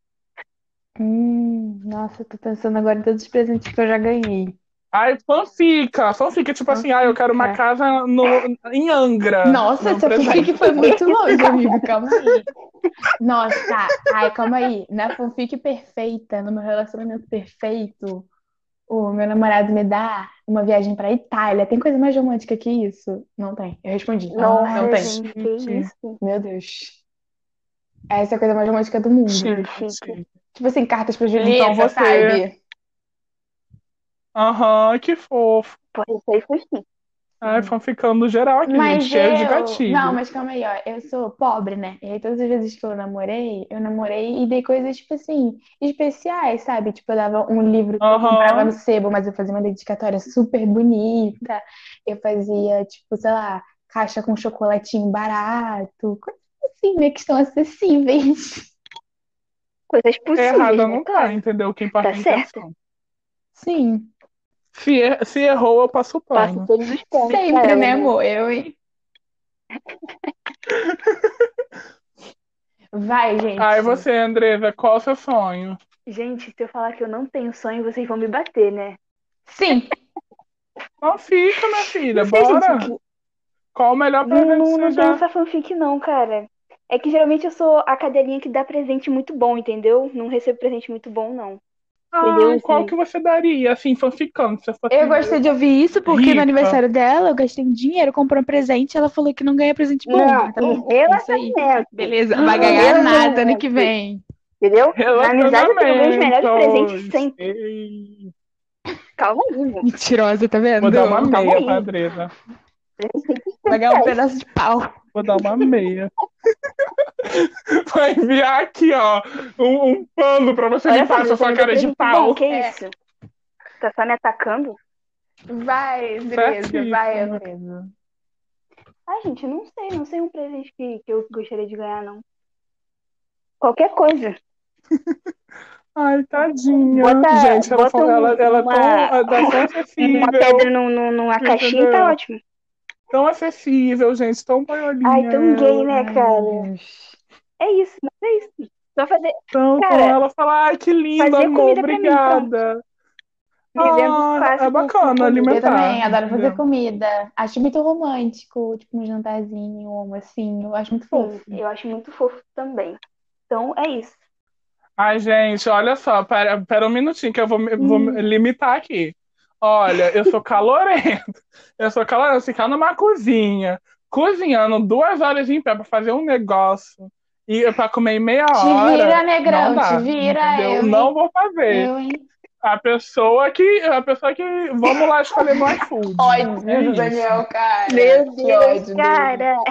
hum, nossa, eu tô pensando agora em todos os presentes que eu já ganhei. Ai, fanfica, fanfica, tipo assim, ah, eu quero uma Fanfica. casa no, em Angra, Nossa, no essa fanfic presente. foi muito longe, amigo. Calma aí. Nossa, tá. Ai, calma aí. Na fanfic perfeita, no meu relacionamento perfeito, o meu namorado me dá uma viagem pra Itália. Tem coisa mais romântica que isso? Não tem. Eu respondi. Ai, Não Nossa, tem. gente, que chique, isso? Meu Deus. Essa é a coisa mais romântica do mundo. Chique, chique, chique. chique. Tipo assim, cartas pra Então Julieta, você, sabe? aham, que fofo. Pô, isso aí foi chique. Ai, Sim. fanficando geral aqui, gente, Mas cheio de eu. Não, gatilho. mas calma aí, ó. Eu sou pobre, né? E aí todas as vezes que eu namorei, eu namorei e dei coisas, tipo assim, especiais, sabe? Tipo, eu dava um livro que eu comprava no Aham, sebo, mas eu fazia uma dedicatória super bonita. Eu fazia, tipo, sei lá, caixa com chocolatinho barato. Coisas assim, né? Que estão acessíveis. Coisas possíveis, errada né? não tá, Claro. entendeu? O que Tá importa é a certo. intenção. Sim. Se, er- se errou, eu passo o Passo pano. todos os pontos pra Sempre, ela, né, né? amor? Eu, hein? Vai, Ai, e gente. você, Andresa, qual o seu sonho? Gente, se eu falar que eu não tenho sonho, vocês vão me bater, né? Sim. Não fica, minha Não filha, sei, gente, bora. que Qual o melhor não, presente que não, você não tem já... essa fanfic, não, cara. É que geralmente eu sou a cadelinha que dá presente muito bom, entendeu? Não recebo presente muito bom, não. Entendeu? Ai, qual Assim, que você daria, assim, fanficando, se você Eu fosse gostei de ouvir isso porque no rica? aniversário dela eu gastei um dinheiro, comprei um presente e ela falou que não ganha presente bom. não, Mas tá em bom, é isso aí. relacionamento. Beleza, vai Em ganhar nada ano relacionamento. que vem. Entendeu? Na amizade eu tenho meus melhores presentes Relacionamentos. sempre. Ei. Calma aí, meu. Mentirosa, tá Vou dar uma vendo? Calma meia pra aí. Andresa. Presentes Vai ganhar um especiais. pedaço de pau. Vou dar uma meia. Vou enviar aqui, ó, um, um pano pra você Olha só, limpar você essa só sua me deu cara de presente bom, pau. que É. isso? Tá só me atacando? Vai, Andresa, vai, Certíssimo. Andresa. Ai, gente, eu não sei, não sei um presente que, que eu gostaria de ganhar, não. Qualquer coisa. Ai, tadinha. Bota, Gente, ela, bota falou- ela, um- ela é tão, uma, ela é tão uma pedra acessível, num- num- numa caixinha e tá entendeu? ótimo. Tão acessível, gente, tão Ai, boiolinha tão gay, ela. né, Ai, meu cara? Deus. É isso, mas é isso. Só fazer, Então, então cara, ela fala, ai, que lindo, fazer amor, comida pra mim, pronto. obrigada. Um exemplo Ah, é clássico com bacana comida. Eu alimentar, também adoro fazer entendeu? comida. Acho muito romântico, tipo um jantarzinho, um almocinho. Eu acho muito fofo. Sim, eu acho muito fofo também. Então é isso. Ai, gente, olha só, pera, pera um minutinho que eu vou, me- vou me Hum, limitar aqui. Olha, eu sou calorento. Eu sou calorento, ficar numa cozinha, cozinhando duas horas em pé pra fazer um negócio e pra comer em meia Te vira, hora, não negrão, te dá, vira, entendeu? eu, Não hein? vou fazer. Eu, hein? A pessoa que, a pessoa que, vamos lá escolher no iFood. É Ódio do isso. Daniel, cara. meu Que Deus, ódio dele. cara.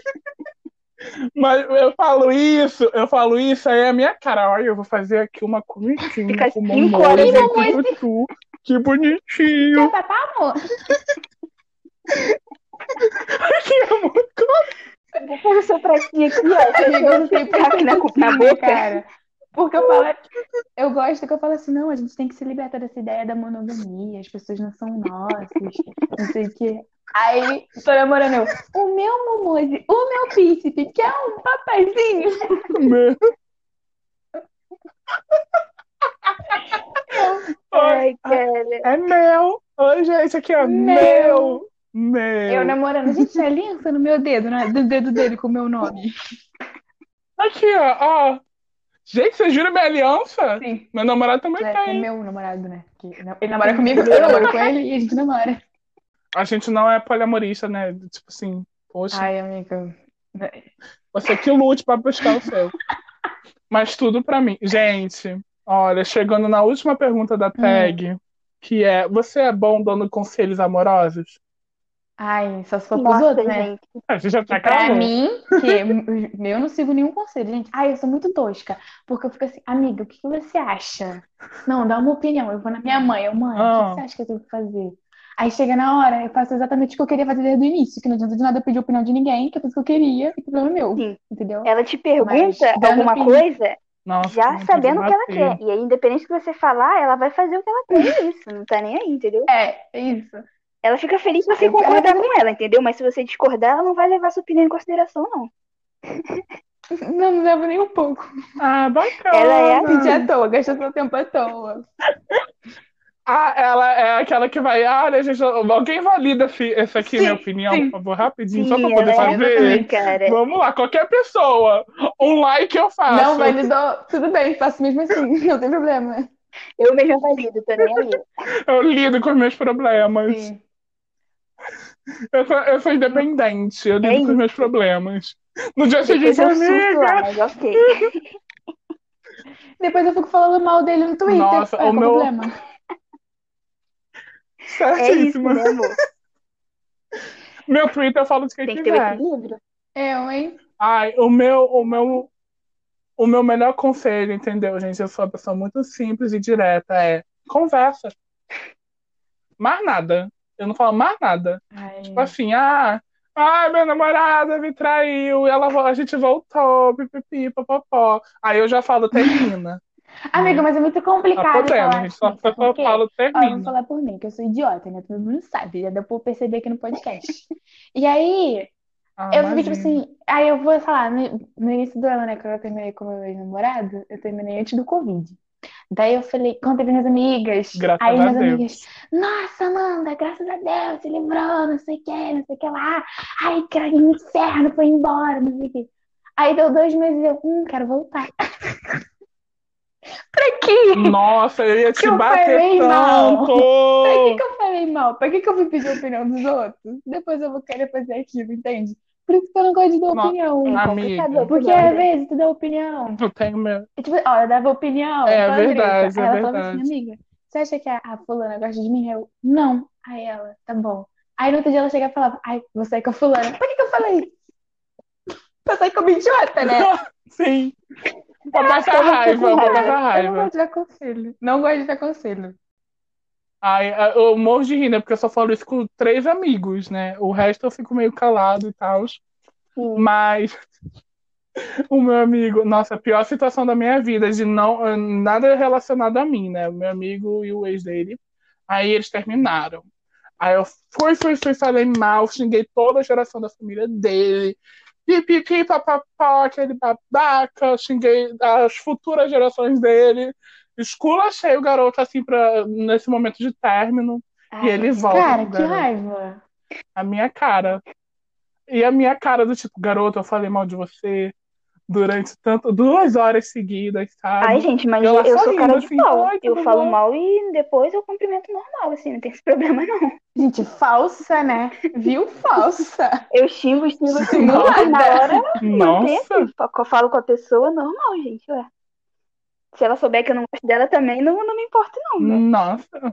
Mas eu falo isso, eu falo isso, aí é a minha cara. Olha, eu vou fazer aqui uma comidinha Fica com cinco horas mamoise, com depois. tutu. Que Quer bonitinho. papar, amor? Que amor. Vou fazer o seu pratinho aqui, ó. Pra Amiga, eu não você sei por ficar que aqui eu na, tô na assim, né, boca. cara? Porque eu falo, eu gosto que eu falo assim, não, a gente tem que se libertar dessa ideia da monogamia, as pessoas não são nossas, não sei o quê. Aí, tô namorando eu, o meu Momose, o meu príncipe, quer um papazinho? Meu. Eu, Oi, Ai, cara. é meu. Oi, gente, aqui é meu. meu. Eu Meu. namorando, gente, tinha aliança no meu dedo, né? Do dedo dele com o meu nome. Aqui, ó. ó. Gente, você jura minha aliança? Sim, Meu namorado também é, que é tem. meu namorado, né? Que ele namora Meu comigo, eu namoro Deus. com ele e a gente namora. A gente não é poliamorista, né? Tipo assim, poxa, Ai, amiga. você que lute pra buscar o seu. Mas tudo pra mim. Gente, olha, chegando na última pergunta da Hum. tag, que é: você é bom dando conselhos amorosos? Ai, só se for pros outros, Nossa, né? gente. A gente já Que tá pra acabou. mim, que eu não sigo nenhum conselho, gente. Ai, eu sou muito tosca. Porque eu fico assim, amiga, o que que você acha? Não, dá uma opinião. Eu vou na minha mãe, eu, mãe, o que que você Ah, acha que eu tenho que fazer? Aí chega na hora, eu faço exatamente o que eu queria fazer desde o início, que não adianta de nada eu pedir opinião de ninguém, que eu fiz o que eu queria, e o problema é meu, Sim. entendeu? Ela te Mas pergunta dando alguma opinião. coisa nossa, que já vontade de sabendo o que ela bater. quer. E aí, independente do que você falar, ela vai fazer o que ela quer. E é isso. Não tá nem aí, entendeu? É, é isso. Ela fica feliz se Aí você eu, ela concordar faz com ela, entendeu? Mas se você discordar, ela não vai levar sua opinião em consideração, não. não, não leva nem um pouco. Ah, Ela é Pedir à bacana. toa, gastou seu tempo à toa. Ah, ela é aquela que vai. Ah, olha, gente, alguém valida fi- essa aqui, minha Sim, opinião, por sim. favor, rapidinho, só pra Sim, poder ela é fazer. assim, Exatamente. cara. Vamos lá, qualquer pessoa. Um like eu Não faço. validou, tudo bem, faço mesmo assim, não tem problema. Eu mesma valido, tô nem aí. Eu lido com os meus problemas. Sim. Eu sou, eu sou independente, eu É lido com os meus isso. problemas. No dia Depois seguinte, eu surto lá, amiga. mas ok. Depois eu fico falando mal dele no Twitter. Nossa, Ué, o qual o meu. problema? É isso, Certíssima. né, amor? Meu Twitter eu falo de quem Tem que ter o quiser. equilíbrio. Eu, hein? Ai, o meu, o meu, o meu melhor conselho, entendeu, gente? Eu sou uma pessoa muito simples e direta. É conversa. Mais nada. Eu não falo mais nada. Tipo Ai. assim, ah, ai, minha namorada me traiu, e ela, a gente voltou, pipipi, popopó. Aí eu já falo, termina. Amiga, Né? mas é muito Tá complicado podendo, a falar gente só, assim, sabe por só quê? fala, Ó, eu vou termina. falar por mim, que eu sou idiota, né? Todo mundo sabe, já deu pra perceber aqui no podcast. E aí, Ah, eu fico tipo imagina. assim, aí eu vou falar, no, no início do ano, né, quando eu terminei com meu ex-namorado, eu terminei antes do Covid. Daí eu falei, contei para minhas amigas. Aí Graças a minhas amigas, Deus. nossa, Amanda, graças a Deus, se livrou, não sei o que, não sei o que lá. Ai, que inferno, foi embora, não sei o que. Aí deu dois meses e eu, hum, quero voltar. Pra quê? Nossa, eu ia Que te eu bater falei mal? Pra que tanto. que eu falei mal? Pra que que eu fui pedir a opinião dos outros? Depois eu vou querer fazer aquilo, entende? Por isso que eu não gosto de dar No- É opinião. complicado a Amiga, Porque opinião, às gente. vezes tu dá opinião. eu tenho meu. E, tipo, ó, eu dava opinião É pra Andressa. verdade, Aí é ela falava assim, verdade. amiga, você acha que a, a fulana gosta de mim? Eu, não. Aí ela, tá bom. Aí no outro dia ela chega e falava, ai, vou sair com a fulana. Por que que eu falei? Pra sair como idiota, né? Sim, pra passar Só pra ficar com raiva, pra raiva. passar Eu não raiva. gosto de dar conselho. Não gosto de dar conselho. Ai, eu morro de rir, né? Porque eu só falo isso com três amigos, né? O resto eu fico meio calado e tal. Sim. Mas o meu amigo, nossa, a pior situação da minha vida, de não nada relacionado a mim, né? O meu amigo e o ex dele. Aí eles terminaram. Aí eu fui, fui, fui, falei mal, xinguei toda a geração da família dele. Pipipi, papapá, aquele babaca, xinguei as futuras gerações dele. esculachei o garoto assim pra, nesse momento de término. Ai, E ele gente, volta Cara, pro que garoto. raiva. A minha cara. E a minha cara do tipo, garoto, eu falei mal de você durante tanto, duas horas seguidas, Ai, sabe? gente, E mas eu eu, lá eu sou sorrindo, cara de assim, pau. oi, Eu tudo falo bom? mal e depois eu cumprimento normal, assim, não tem esse problema, não. Gente, falsa, né? Viu? Falsa. Eu xingo, xingo, xingo, Nossa. mas na hora mantém Nossa. assim. Eu falo com a pessoa normal, gente, ué. Se ela souber que eu não gosto dela também, não, não me importa, não, né? Nossa.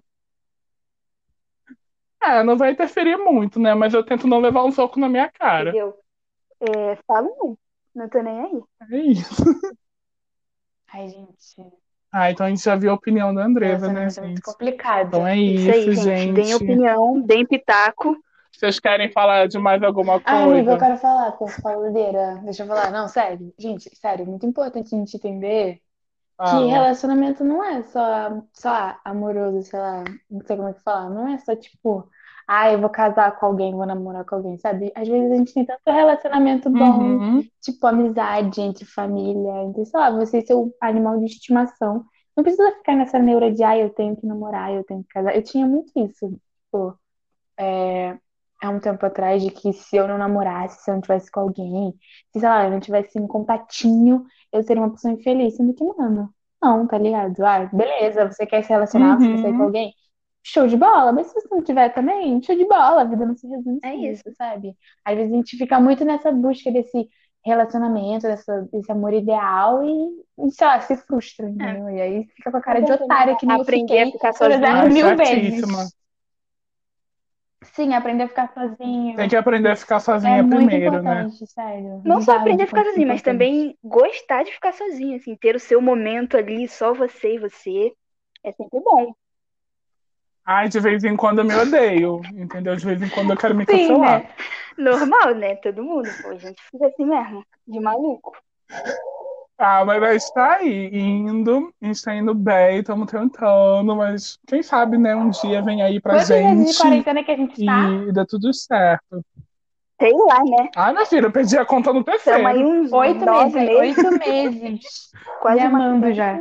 É, não vai interferir muito, né? Mas eu tento não levar um soco na minha cara. Entendeu? É, falo não. Não tô nem aí. É isso. Ai, gente. Ah, então a gente já viu a opinião da Andresa, né, Relacionamento é muito gente? complicado. Então é Isso aí, isso, gente. Deem gente. opinião, deem pitaco. Vocês querem falar de mais alguma Ai, amiga, eu coisa? quero falar com essa pauleira. Deixa eu falar. Não, sério. Gente, sério, é muito importante a gente entender que Fala. relacionamento não é só, só amoroso, sei lá, não sei como é que fala. Não é só tipo, ah, eu vou casar com alguém, vou namorar com alguém, sabe? Às vezes a gente tem tanto relacionamento bom, Uhum. tipo amizade entre família, entre, sei lá, você e seu animal de estimação. Não precisa ficar nessa neura de, ah, eu tenho que namorar, eu tenho que casar. Eu tinha muito isso, tipo, há um tempo atrás, de que se eu não namorasse, se eu não tivesse com alguém, se, sei lá, eu não tivesse um contatinho, eu seria uma pessoa infeliz. Sendo que, mano, não, tá ligado? Ah, beleza, você quer se relacionar, você quer sair com Uhum. alguém? Show de bola, mas se você não tiver também, show de bola, a vida não se resume só É a isso. isso, sabe? Às vezes a gente fica muito nessa busca desse relacionamento, dessa, desse amor ideal e, e, sei lá, se frustra, entendeu? E aí fica com a cara de otária, que nem eu Aprender a fiquei ficar por exemplo, sozinho. Ai, mil certíssima. vezes. Sim, aprender a ficar sozinho. Tem que aprender a ficar É sozinha muito primeiro, né? importante, sério. Não só Bizarro aprender de a ficar quanto é sozinho, mas importante. também gostar de ficar sozinho, assim, ter o seu momento ali, só você e você. É sempre bom. Ai, de vez em quando eu me odeio, entendeu? De vez em quando eu quero me Sim, cancelar. né? Normal, né? Todo mundo. Pô, a gente fica assim mesmo, de maluco. Ah, mas a gente tá aí, indo, a gente tá indo bem, estamos tentando, mas quem sabe, né, um dia vem aí pra Quantos meses de gente quarentena que a gente tá? e dá tudo certo. Sei lá, né? Ah, minha filha, eu perdi a conta no Estamos aí terceiro. uns Oito nove meses, meses, oito meses. quase Me uma amando criança. já.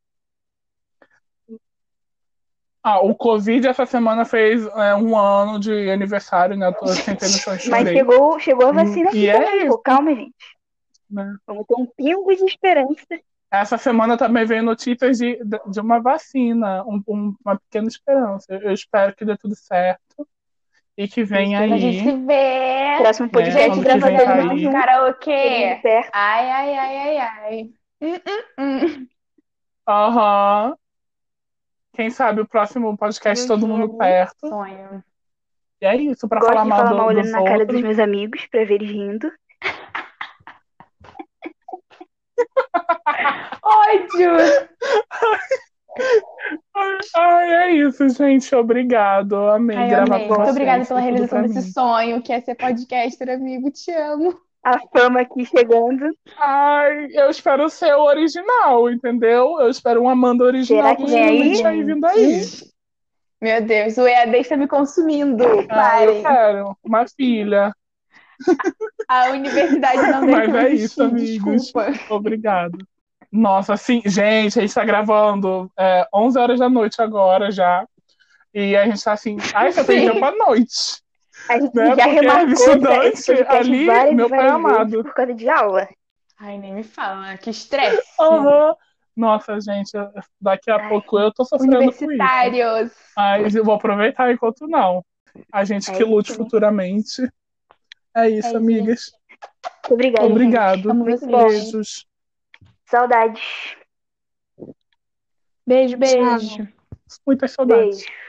Ah, o Covid essa semana fez é, um ano de aniversário, né? Eu tô sentei no chão e Mas chorei. chegou, chegou a vacina aqui E é também, pô. isso, Calma, gente. né? Vamos ter um pingo de esperança. Essa semana também veio notícias de, de uma vacina, um- um- uma pequena esperança. Eu espero que dê tudo certo e que venha Pra gente se aí, ver. Próximo né? podcast Ano que grava vem todo tá mundo aí. junto, todo mundo Karaokê. perto. Ai, ai, ai, ai, ai. Hum, hum, hum. Aham. Quem sabe o próximo podcast Um todo dia, mundo né? perto. Sonho. E é isso, pra Gosto falar de mal falar do- mal olhando dos na cara dos outros. meus amigos, pra ver eles rindo. Ódio! Ai, é isso, gente. Obrigado. Amei Ai, eu gravar amei. com Muito vocês. obrigada pela Foi tudo realização pra desse mim. sonho, que é ser podcaster, amigo. Te amo. A fama aqui chegando. Ai, eu espero ser o original, entendeu? Eu espero uma Amanda original, Será que vem aí? possivelmente aí vindo aí. Meu Deus, o E A D está me consumindo. Ah, eu Parem. quero uma filha. A universidade não Mas deixa eu é isso, existir, amigos. desculpa. Obrigado. Nossa, assim, gente, a gente tá gravando é, onze horas da noite agora já. E a gente tá assim, ai, só tem Sim. tempo à noite. A gente Né? já Porque remarcou esse estudante podcast ali, várias meu e pai várias vezes amado. por causa de aula. Ai, nem me fala, que estresse. Aham. Nossa, gente, daqui a Ai, pouco eu tô sofrendo com isso. Universitários. Mas eu vou aproveitar enquanto não. A gente É que lute isso, né? futuramente. É isso, É isso, amigas. Muito obrigada, Obrigado. gente. Amo Muito vocês. bom. Beijos. Saudades. Beijo, beijo. Muitas saudades. Beijo.